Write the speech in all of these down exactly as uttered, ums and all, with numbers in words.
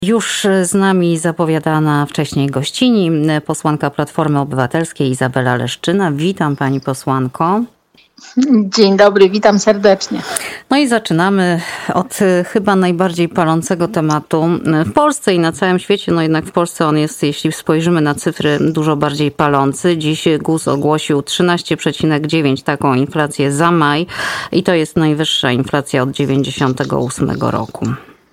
Już z nami zapowiadana wcześniej gościni, posłanka Platformy Obywatelskiej Izabela Leszczyna. Witam pani posłanko. Dzień dobry, witam serdecznie. No i zaczynamy od chyba najbardziej palącego tematu w Polsce i na całym świecie. No jednak w Polsce on jest, jeśli spojrzymy na cyfry, dużo bardziej palący. Dziś GUS ogłosił trzynaście przecinek dziewięć taką inflację za maj i to jest najwyższa inflacja od dziewięćdziesiątego ósmego roku.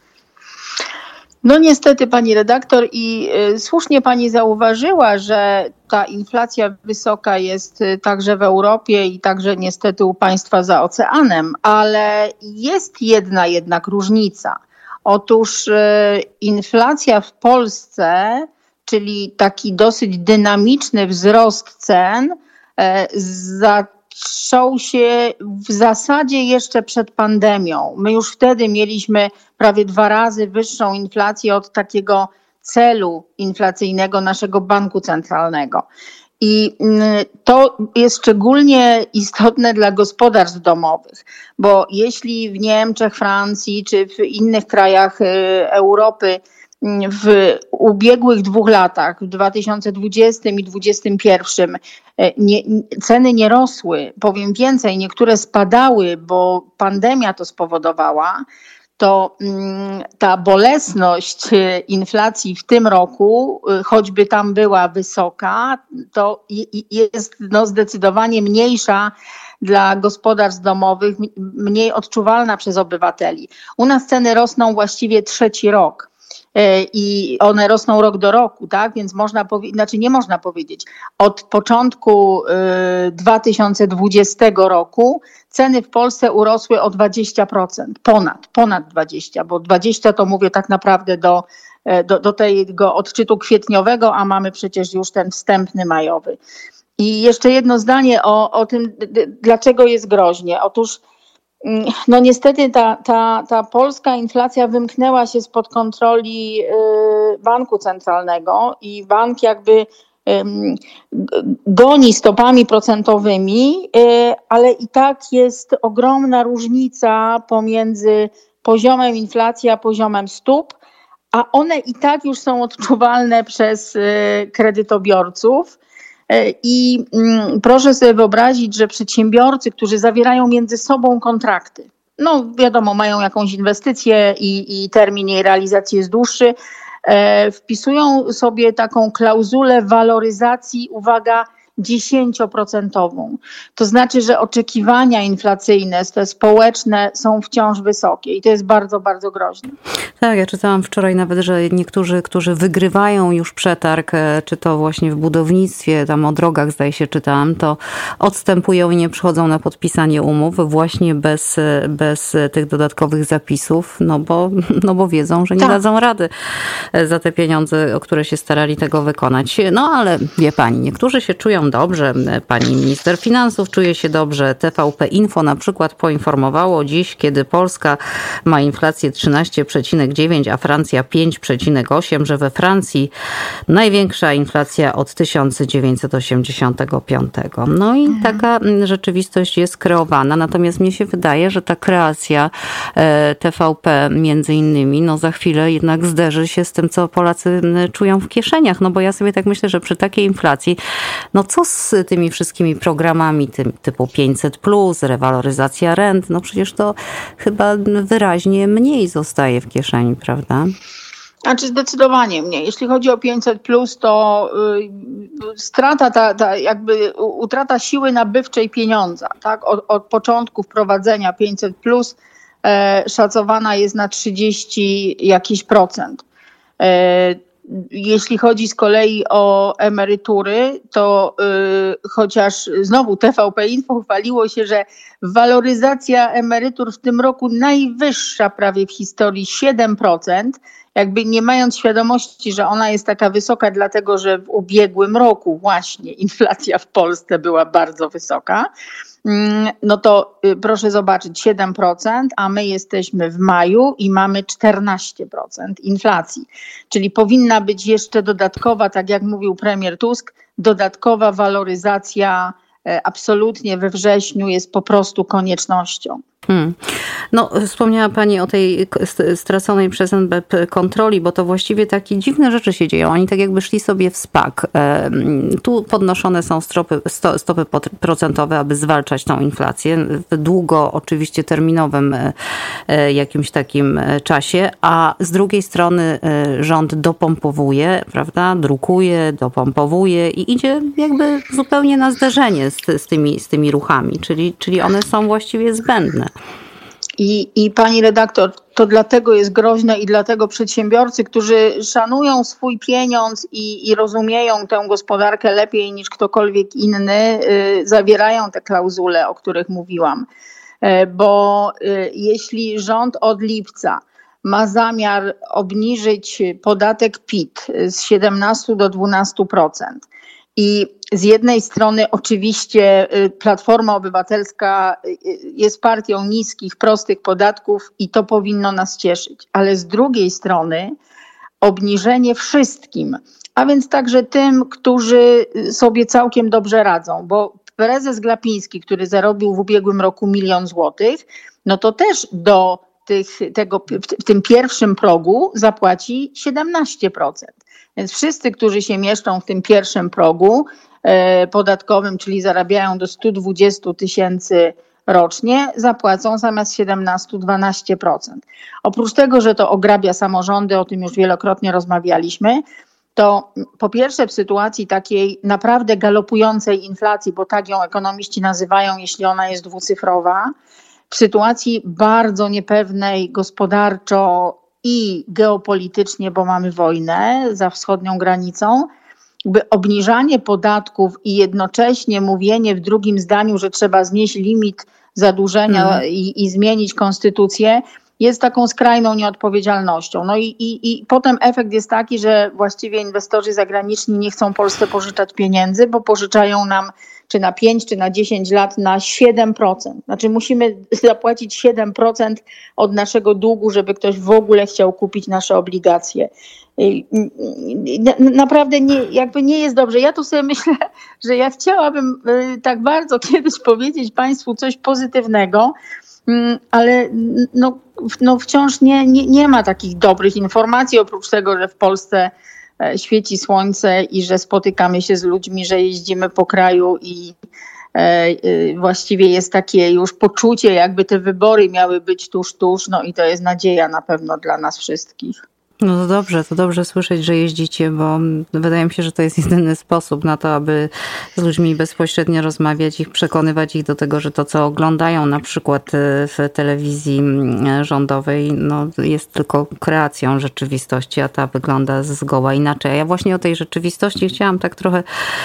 No niestety pani redaktor i y, słusznie pani zauważyła, że ta inflacja wysoka jest y, także w Europie i także niestety u państwa za oceanem, ale jest jedna jednak różnica. Otóż y, inflacja w Polsce, czyli taki dosyć dynamiczny wzrost cen, y, zaczął się w zasadzie jeszcze przed pandemią. My już wtedy mieliśmy prawie dwa razy wyższą inflację od takiego celu inflacyjnego naszego banku centralnego. I to jest szczególnie istotne dla gospodarstw domowych, bo jeśli w Niemczech, Francji czy w innych krajach Europy w ubiegłych dwóch latach, w dwa tysiące dwudziestym i dwa tysiące dwudziestym pierwszym nie, ceny nie rosły, powiem więcej, niektóre spadały, bo pandemia to spowodowała, to ta bolesność inflacji w tym roku, choćby tam była wysoka, to jest no zdecydowanie mniejsza dla gospodarstw domowych, mniej odczuwalna przez obywateli. U nas ceny rosną właściwie trzeci rok. I one rosną rok do roku, tak? Więc można powiedzieć, znaczy nie można powiedzieć, od początku dwa tysiące dwudziestego roku ceny w Polsce urosły o dwadzieścia procent, ponad, ponad dwadzieścia, bo dwadzieścia to mówię tak naprawdę do, do, do tego odczytu kwietniowego, a mamy przecież już ten wstępny majowy. I jeszcze jedno zdanie o, o tym, dlaczego jest groźnie. Otóż no niestety ta, ta, ta polska inflacja wymknęła się spod kontroli banku centralnego i bank jakby goni stopami procentowymi, ale i tak jest ogromna różnica pomiędzy poziomem inflacji a poziomem stóp, a one i tak już są odczuwalne przez kredytobiorców. I proszę sobie wyobrazić, że przedsiębiorcy, którzy zawierają między sobą kontrakty, no wiadomo, mają jakąś inwestycję i, i termin jej realizacji jest dłuższy, e, wpisują sobie taką klauzulę waloryzacji, uwaga, dziesięcioprocentową. To znaczy, że oczekiwania inflacyjne, te społeczne są wciąż wysokie i to jest bardzo, bardzo groźne. Tak, ja czytałam wczoraj nawet, że niektórzy, którzy wygrywają już przetarg, czy to właśnie w budownictwie, tam o drogach zdaje się czytałam, to odstępują i nie przychodzą na podpisanie umów właśnie bez, bez tych dodatkowych zapisów, no bo, no bo wiedzą, że nie tak. dadzą rady za te pieniądze, o które się starali tego wykonać. No ale wie pani, niektórzy się czują dobrze, pani minister finansów czuje się dobrze. T V P Info na przykład poinformowało dziś, kiedy Polska ma inflację trzynaście przecinek dziewięć, a Francja pięć przecinek osiem, że we Francji największa inflacja od tysiąc dziewięćset osiemdziesiątego piątego. No i mhm. taka rzeczywistość jest kreowana. Natomiast mnie się wydaje, że ta kreacja T V P między innymi, no za chwilę jednak zderzy się z tym, co Polacy czują w kieszeniach. No bo ja sobie tak myślę, że przy takiej inflacji, no co z tymi wszystkimi programami tym, typu pięćset plus, rewaloryzacja rent, no przecież to chyba wyraźnie mniej zostaje w kieszeni, prawda? Znaczy zdecydowanie mniej. Jeśli chodzi o pięćset plus, to y, strata, ta, ta jakby utrata siły nabywczej pieniądza, tak? Od, od początku wprowadzenia pięćset plus e, szacowana jest na trzydzieści jakiś procent. E, Jeśli chodzi z kolei o emerytury, to yy, chociaż znowu T V P Info chwaliło się, że waloryzacja emerytur w tym roku najwyższa prawie w historii siedem procent, jakby nie mając świadomości, że ona jest taka wysoka dlatego, że w ubiegłym roku właśnie inflacja w Polsce była bardzo wysoka. No to proszę zobaczyć, siedem procent, a my jesteśmy w maju i mamy czternaście procent inflacji. Czyli powinna być jeszcze dodatkowa, tak jak mówił premier Tusk, dodatkowa waloryzacja absolutnie we wrześniu jest po prostu koniecznością. Hmm. No, wspomniała Pani o tej straconej przez N B P kontroli, bo to właściwie takie dziwne rzeczy się dzieją. Oni tak jakby szli sobie w spak. Tu podnoszone są stopy, stopy procentowe, aby zwalczać tą inflację w długo, oczywiście terminowym jakimś takim czasie, a z drugiej strony rząd dopompowuje, prawda, drukuje, dopompowuje i idzie jakby zupełnie na zderzenie z, z, tymi, z tymi ruchami, czyli, czyli one są właściwie zbędne. I, I pani redaktor, to dlatego jest groźne i dlatego przedsiębiorcy, którzy szanują swój pieniądz i, i rozumieją tę gospodarkę lepiej niż ktokolwiek inny, y, zawierają te klauzule, o których mówiłam. Y, bo y, jeśli rząd od lipca ma zamiar obniżyć podatek P I T z siedemnastu do dwunastu procent, i z jednej strony oczywiście Platforma Obywatelska jest partią niskich, prostych podatków i to powinno nas cieszyć, ale z drugiej strony obniżenie wszystkim, a więc także tym, którzy sobie całkiem dobrze radzą, bo prezes Glapiński, który zarobił w ubiegłym roku milion złotych, no to też do tych, tego, w tym pierwszym progu zapłaci siedemnaście procent. Więc wszyscy, którzy się mieszczą w tym pierwszym progu podatkowym, czyli zarabiają do stu dwudziestu tysięcy rocznie, zapłacą zamiast siedemnastu dwanaście procent. Oprócz tego, że to ograbia samorządy, o tym już wielokrotnie rozmawialiśmy, to po pierwsze w sytuacji takiej naprawdę galopującej inflacji, bo tak ją ekonomiści nazywają, jeśli ona jest dwucyfrowa, w sytuacji bardzo niepewnej gospodarczo i geopolitycznie, bo mamy wojnę za wschodnią granicą, by obniżanie podatków i jednocześnie mówienie w drugim zdaniu, że trzeba znieść limit zadłużenia mm. i, i zmienić konstytucję, jest taką skrajną nieodpowiedzialnością. No i, i, i potem efekt jest taki, że właściwie inwestorzy zagraniczni nie chcą Polsce pożyczać pieniędzy, bo pożyczają nam czy na pięć, czy na dziesięć lat na siedem procent. Znaczy musimy zapłacić siedem procent od naszego długu, żeby ktoś w ogóle chciał kupić nasze obligacje. Naprawdę nie, jakby nie jest dobrze. Ja tu sobie myślę, że ja chciałabym tak bardzo kiedyś powiedzieć Państwu coś pozytywnego, ale no, no wciąż nie, nie, nie ma takich dobrych informacji, oprócz tego, że w Polsce świeci słońce i że spotykamy się z ludźmi, że jeździmy po kraju i właściwie jest takie już poczucie, jakby te wybory miały być tuż, tuż, no i to jest nadzieja na pewno dla nas wszystkich. No to dobrze, to dobrze słyszeć, że jeździcie, bo wydaje mi się, że to jest jedyny sposób na to, aby z ludźmi bezpośrednio rozmawiać, ich przekonywać ich do tego, że to, co oglądają na przykład w telewizji rządowej, no jest tylko kreacją rzeczywistości, a ta wygląda zgoła inaczej. A ja właśnie o tej rzeczywistości chciałam tak trochę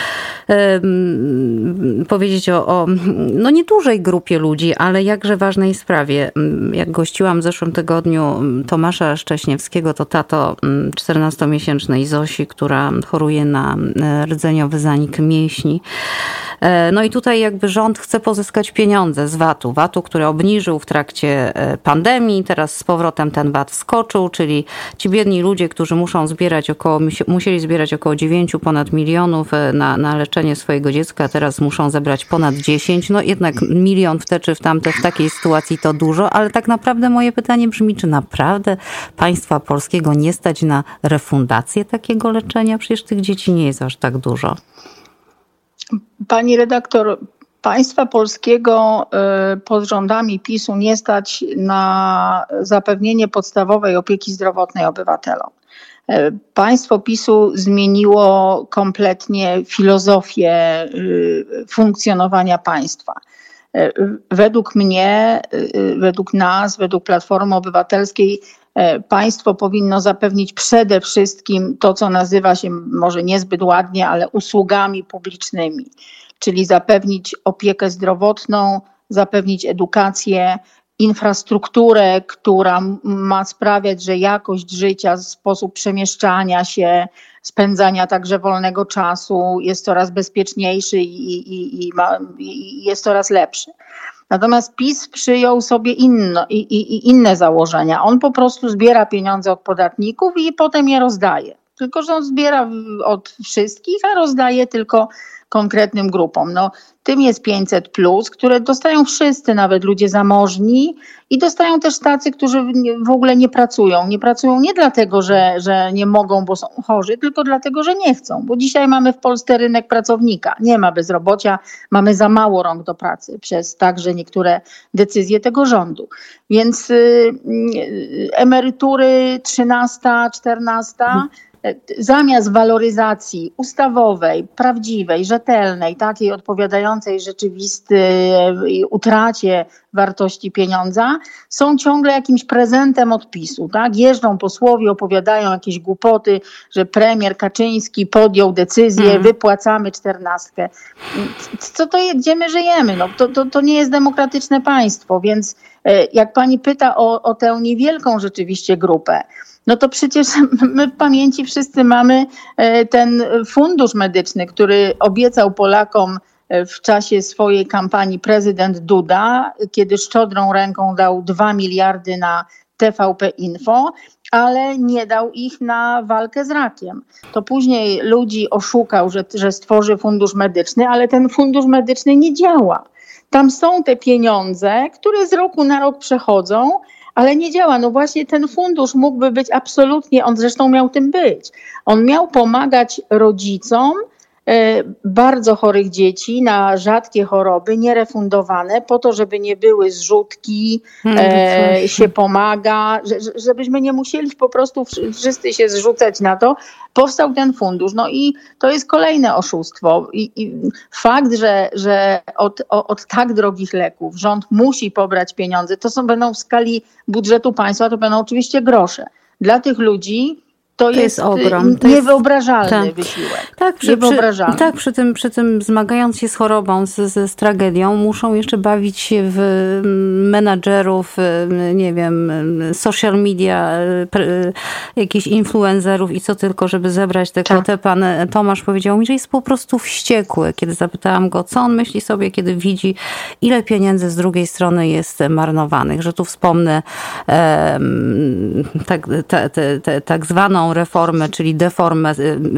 um, powiedzieć o, o no niedużej grupie ludzi, ale jakże ważnej sprawie. Jak gościłam w zeszłym tygodniu Tomasza Szcześniewskiego, to ta to czternastomiesięcznej Zosi, która choruje na rdzeniowy zanik mięśni. No i tutaj jakby rząd chce pozyskać pieniądze z vatu. vatu, który obniżył w trakcie pandemii, teraz z powrotem ten vat wskoczył, czyli ci biedni ludzie, którzy muszą zbierać około, musieli zbierać około dziewięć ponad milionów na, na leczenie swojego dziecka, teraz muszą zebrać ponad dziesięć. No jednak milion w te czy w tamte, w takiej sytuacji to dużo, ale tak naprawdę moje pytanie brzmi, czy naprawdę państwa polskiego nie stać na refundację takiego leczenia? Przecież tych dzieci nie jest aż tak dużo. Pani redaktor, państwa polskiego pod rządami PiSu nie stać na zapewnienie podstawowej opieki zdrowotnej obywatelom. Państwo PiSu zmieniło kompletnie filozofię funkcjonowania państwa. Według mnie, według nas, według Platformy Obywatelskiej państwo powinno zapewnić przede wszystkim to, co nazywa się może niezbyt ładnie, ale usługami publicznymi, czyli zapewnić opiekę zdrowotną, zapewnić edukację, infrastrukturę, która ma sprawiać, że jakość życia, sposób przemieszczania się, spędzania także wolnego czasu jest coraz bezpieczniejszy i, i, i, ma, i jest coraz lepszy. Natomiast PiS przyjął sobie inno, i, i, i inne założenia. On po prostu zbiera pieniądze od podatników i potem je rozdaje. Tylko że on zbiera od wszystkich, a rozdaje tylko konkretnym grupom. No, tym jest pięćset plus, które dostają wszyscy, nawet ludzie zamożni i dostają też tacy, którzy w ogóle nie pracują. Nie pracują nie dlatego, że, że nie mogą, bo są chorzy, tylko dlatego, że nie chcą. Bo dzisiaj mamy w Polsce rynek pracownika. Nie ma bezrobocia, mamy za mało rąk do pracy przez także niektóre decyzje tego rządu. Więc y, y, emerytury trzynasta, czternasta, zamiast waloryzacji ustawowej, prawdziwej, rzetelnej, takiej odpowiadającej rzeczywistej utracie wartości pieniądza, są ciągle jakimś prezentem od PiSu. Tak? Jeżdżą posłowie, opowiadają jakieś głupoty, że premier Kaczyński podjął decyzję, mm. wypłacamy czternastkę. Co to jest, gdzie my żyjemy? No, to, to, to nie jest demokratyczne państwo, więc jak pani pyta o, o tę niewielką rzeczywiście grupę, no to przecież my w pamięci wszyscy mamy ten fundusz medyczny, który obiecał Polakom w czasie swojej kampanii prezydent Duda, kiedy szczodrą ręką dał dwa miliardy na T V P Info, ale nie dał ich na walkę z rakiem. To później ludzi oszukał, że, że stworzy fundusz medyczny, ale ten fundusz medyczny nie działa. Tam są te pieniądze, które z roku na rok przechodzą, ale nie działa. No właśnie ten fundusz mógłby być absolutnie, on zresztą miał tym być. On miał pomagać rodzicom e, bardzo chorych dzieci na rzadkie choroby, nierefundowane, po to, żeby nie były zrzutki, e, się pomaga, że, żebyśmy nie musieli po prostu wszyscy się zrzucać na to. Powstał ten fundusz. No i to jest kolejne oszustwo. I, i fakt, że, że od, od tak drogich leków rząd musi pobrać pieniądze, to są będą w skali budżetu państwa, to będą oczywiście grosze. Dla tych ludzi to, to jest, jest ogrom. To niewyobrażalny jest, tak. wysiłek. Tak, przy, niewyobrażalny. Przy, tak przy, tym, przy tym zmagając się z chorobą, z, z, z tragedią, muszą jeszcze bawić się w menadżerów, nie wiem, social media, jakichś influencerów i co tylko, żeby zebrać tę kwotę. Tak. Pan Tomasz powiedział mi, że jest po prostu wściekły, kiedy zapytałam go, co on myśli sobie, kiedy widzi, ile pieniędzy z drugiej strony jest marnowanych. Że tu wspomnę e, tak, te, te, te, tak zwaną reformę, czyli deformę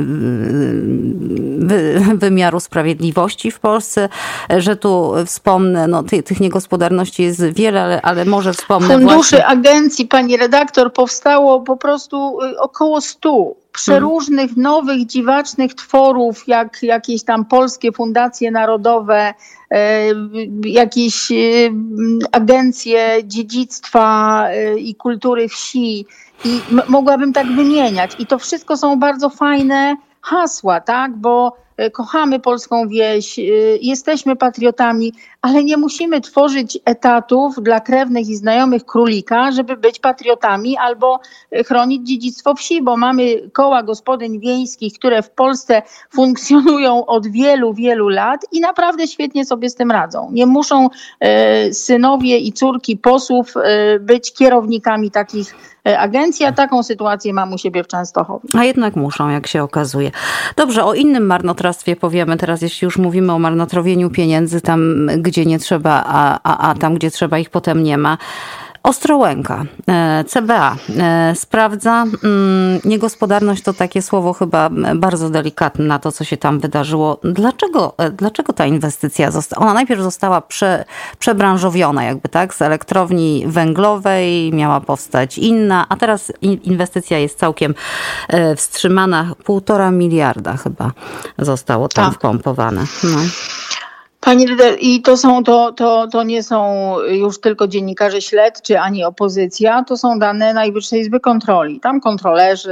wymiaru sprawiedliwości w Polsce, że tu wspomnę, no ty, tych niegospodarności jest wiele, ale, ale może wspomnę Funduszy właśnie... agencji, pani redaktor, powstało po prostu około stu przeróżnych, hmm. nowych, dziwacznych tworów, jak jakieś tam polskie fundacje narodowe, e, jakieś e, agencje dziedzictwa e, i kultury wsi. I m- mogłabym tak wymieniać. I to wszystko są bardzo fajne hasła, tak? Bo kochamy polską wieś, jesteśmy patriotami, ale nie musimy tworzyć etatów dla krewnych i znajomych królika, żeby być patriotami albo chronić dziedzictwo wsi, bo mamy koła gospodyń wiejskich, które w Polsce funkcjonują od wielu, wielu lat i naprawdę świetnie sobie z tym radzą. Nie muszą e, synowie i córki posłów e, być kierownikami takich agencji, a taką sytuację mam u siebie w Częstochowie. A jednak muszą, jak się okazuje. Dobrze, o innym marnotrawstwie powiemy teraz, jeśli już mówimy o marnotrawieniu pieniędzy tam, gdzie nie trzeba, a, a, a tam, gdzie trzeba, ich potem nie ma. Ostrołęka, C B A sprawdza, niegospodarność to takie słowo chyba bardzo delikatne na to, co się tam wydarzyło. Dlaczego, dlaczego ta inwestycja została, ona najpierw została prze, przebranżowiona jakby, tak, z elektrowni węglowej miała powstać inna, a teraz inwestycja jest całkiem wstrzymana, półtora miliarda chyba zostało tam tak wpompowane. No. Pani Lider, i to są, to, to, to nie są już tylko dziennikarze śledczy ani opozycja, to są dane Najwyższej Izby Kontroli. Tam kontrolerzy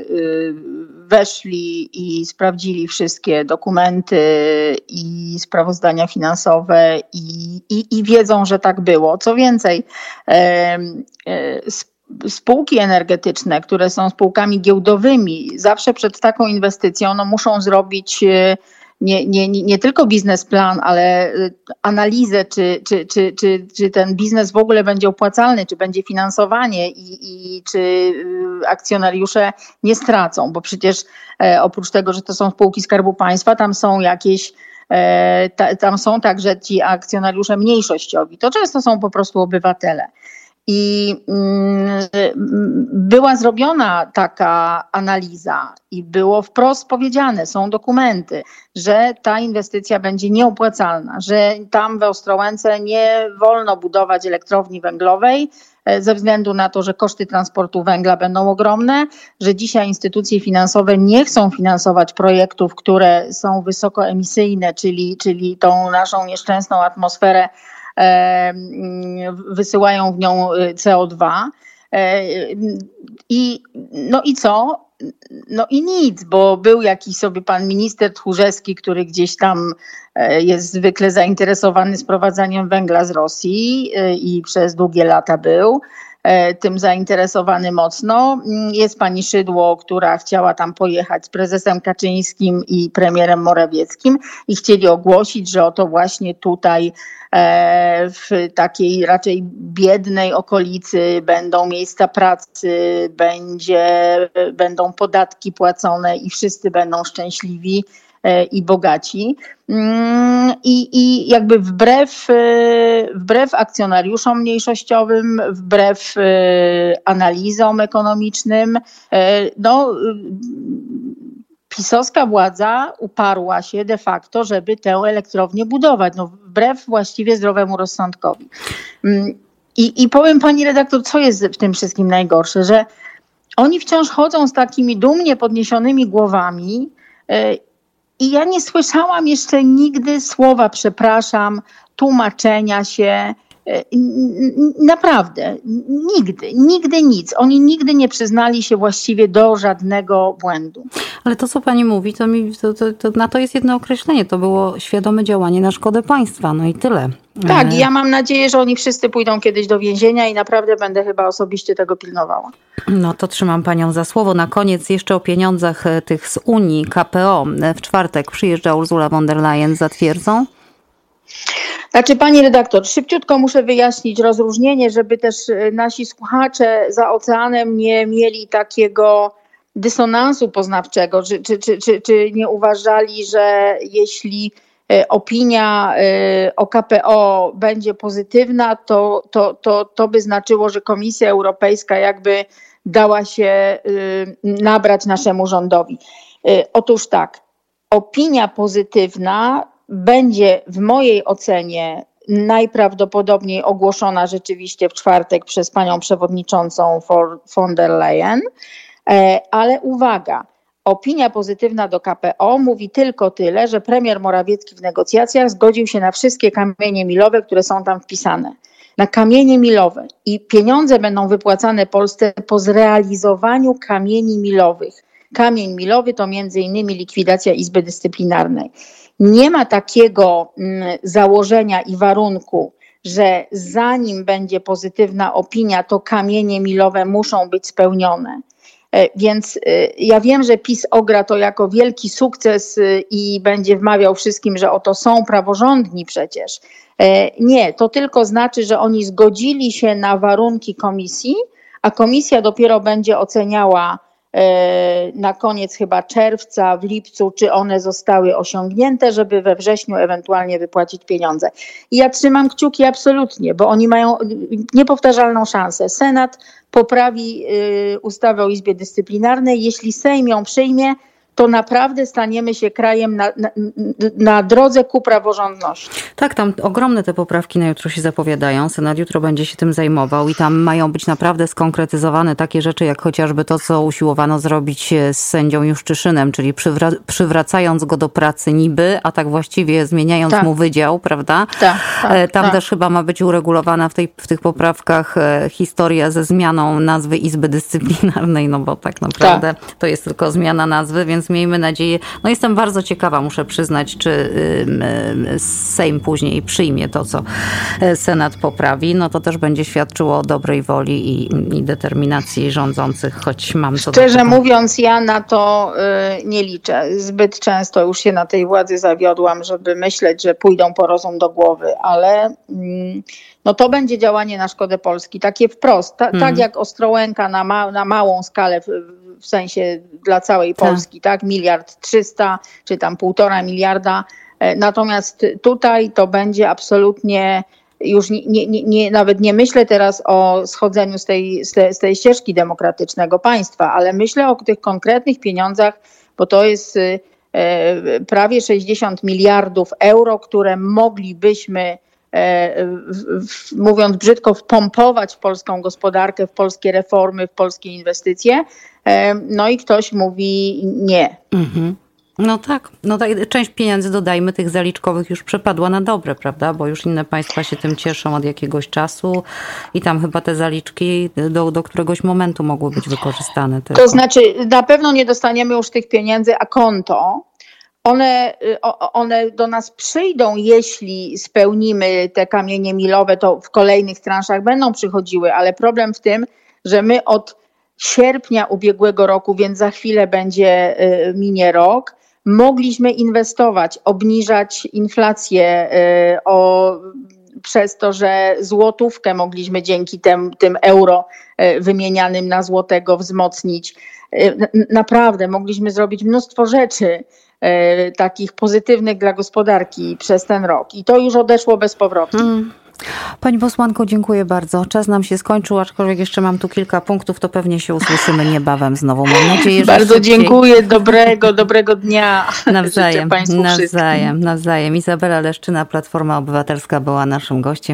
weszli i sprawdzili wszystkie dokumenty i sprawozdania finansowe i, i, i wiedzą, że tak było. Co więcej, e, e, spółki energetyczne, które są spółkami giełdowymi, zawsze przed taką inwestycją no, muszą zrobić Nie, nie, nie tylko biznesplan, ale analizę, czy, czy, czy, czy, czy ten biznes w ogóle będzie opłacalny, czy będzie finansowanie i, i czy akcjonariusze nie stracą, bo przecież e, oprócz tego, że to są spółki Skarbu Państwa, tam są jakieś, e, ta, tam są także ci akcjonariusze mniejszościowi. To często są po prostu obywatele. I była zrobiona taka analiza i było wprost powiedziane, są dokumenty, że ta inwestycja będzie nieopłacalna, że tam w Ostrołęce nie wolno budować elektrowni węglowej ze względu na to, że koszty transportu węgla będą ogromne, że dzisiaj instytucje finansowe nie chcą finansować projektów, które są wysokoemisyjne, czyli, czyli tą naszą nieszczęsną atmosferę wysyłają w nią C O dwa. I, no i co? No i nic, bo był jakiś sobie pan minister Tchórzewski, który gdzieś tam jest zwykle zainteresowany sprowadzaniem węgla z Rosji i przez długie lata był tym zainteresowany mocno. Jest pani Szydło, która chciała tam pojechać z prezesem Kaczyńskim i premierem Morawieckim i chcieli ogłosić, że oto właśnie tutaj w takiej raczej biednej okolicy będą miejsca pracy, będzie, będą podatki płacone i wszyscy będą szczęśliwi i bogaci. I, i jakby wbrew, wbrew akcjonariuszom mniejszościowym, wbrew analizom ekonomicznym, no, pisowska władza uparła się de facto, żeby tę elektrownię budować, no, wbrew właściwie zdrowemu rozsądkowi. I, I powiem pani redaktor, co jest w tym wszystkim najgorsze, że oni wciąż chodzą z takimi dumnie podniesionymi głowami. I ja nie słyszałam jeszcze nigdy słowa przepraszam, tłumaczenia się. Naprawdę, nigdy, nigdy nic. Oni nigdy nie przyznali się właściwie do żadnego błędu. Ale to, co pani mówi, to, mi, to, to, to na to jest jedno określenie. To było świadome działanie na szkodę państwa. No i tyle. Tak, i ja mam nadzieję, że oni wszyscy pójdą kiedyś do więzienia i naprawdę będę chyba osobiście tego pilnowała. No to trzymam panią za słowo. Na koniec jeszcze o pieniądzach tych z Unii, K P O. W czwartek przyjeżdża Ursula von der Leyen. Zatwierdzą? Znaczy pani redaktor, szybciutko muszę wyjaśnić rozróżnienie, żeby też nasi słuchacze za oceanem nie mieli takiego dysonansu poznawczego, czy, czy, czy, czy, czy nie uważali, że jeśli opinia o K P O będzie pozytywna, to, to, to, to by znaczyło, że Komisja Europejska jakby dała się nabrać naszemu rządowi. Otóż tak, opinia pozytywna będzie w mojej ocenie najprawdopodobniej ogłoszona rzeczywiście w czwartek przez panią przewodniczącą von der Leyen, ale uwaga, opinia pozytywna do K P O mówi tylko tyle, że premier Morawiecki w negocjacjach zgodził się na wszystkie kamienie milowe, które są tam wpisane. Na kamienie milowe i pieniądze będą wypłacane Polsce po zrealizowaniu kamieni milowych. Kamień milowy to między innymi likwidacja Izby Dyscyplinarnej. Nie ma takiego mm, założenia i warunku, że zanim będzie pozytywna opinia, to kamienie milowe muszą być spełnione. E, więc e, ja wiem, że PiS ogra to jako wielki sukces e, i będzie wmawiał wszystkim, że oto są praworządni przecież. E, nie, to tylko znaczy, że oni zgodzili się na warunki komisji, a komisja dopiero będzie oceniała na koniec chyba czerwca, w lipcu, czy one zostały osiągnięte, żeby we wrześniu ewentualnie wypłacić pieniądze. I ja trzymam kciuki absolutnie, bo oni mają niepowtarzalną szansę. Senat poprawi ustawę o Izbie Dyscyplinarnej. Jeśli Sejm ją przyjmie, to naprawdę staniemy się krajem na, na, na drodze ku praworządności. Tak, tam ogromne te poprawki na jutro się zapowiadają. Senat jutro będzie się tym zajmował i tam mają być naprawdę skonkretyzowane takie rzeczy, jak chociażby to, co usiłowano zrobić z sędzią Juszczyszynem, czyli przywra- przywracając go do pracy niby, a tak właściwie zmieniając tak. mu wydział, prawda? Tak, tak, tam tak. też chyba ma być uregulowana w, tej, w tych poprawkach historia ze zmianą nazwy Izby Dyscyplinarnej, no bo tak naprawdę tak. to jest tylko zmiana nazwy, więc miejmy nadzieję, no jestem bardzo ciekawa, muszę przyznać, czy Sejm później przyjmie to, co Senat poprawi, no to też będzie świadczyło o dobrej woli i, i determinacji rządzących, choć mam to... Szczerze mówiąc, ja na to y, nie liczę. Zbyt często już się na tej władzy zawiodłam, żeby myśleć, że pójdą po rozum do głowy, ale y, no to będzie działanie na szkodę Polski, takie wprost, ta, hmm. tak jak Ostrołęka na, ma, na małą skalę, w, w sensie dla całej Polski, tak, tak? miliard trzysta, czy tam półtora miliarda. Natomiast tutaj to będzie absolutnie już nie, nie, nie, nawet nie myślę teraz o schodzeniu z tej, z, tej, z tej ścieżki demokratycznego państwa, ale myślę o tych konkretnych pieniądzach, bo to jest prawie sześćdziesiąt miliardów euro, które moglibyśmy, mówiąc brzydko, wpompować w polską gospodarkę, w polskie reformy, w polskie inwestycje. No i ktoś mówi nie. Mhm. No tak, no tak, część pieniędzy, dodajmy, tych zaliczkowych już przepadła na dobre, prawda? Bo już inne państwa się tym cieszą od jakiegoś czasu i tam chyba te zaliczki do, do któregoś momentu mogły być wykorzystane. Tylko. To znaczy na pewno nie dostaniemy już tych pieniędzy a konto. One, one do nas przyjdą, jeśli spełnimy te kamienie milowe, to w kolejnych transzach będą przychodziły, ale problem w tym, że my od sierpnia ubiegłego roku, więc za chwilę będzie minie rok, mogliśmy inwestować, obniżać inflację o, przez to, że złotówkę mogliśmy dzięki tym, tym euro wymienianym na złotego wzmocnić. Naprawdę mogliśmy zrobić mnóstwo rzeczy takich pozytywnych dla gospodarki przez ten rok i to już odeszło bezpowrotnie. Hmm. Pani posłanko, dziękuję bardzo. Czas nam się skończył, aczkolwiek jeszcze mam tu kilka punktów, to pewnie się usłyszymy niebawem znowu. Mam nadzieję, że Bardzo szybciej. Dziękuję, dobrego, dobrego dnia. Nawzajem, Życzę Państwu nawzajem, wszystkim. nawzajem. Izabela Leszczyna, Platforma Obywatelska była naszym gościem.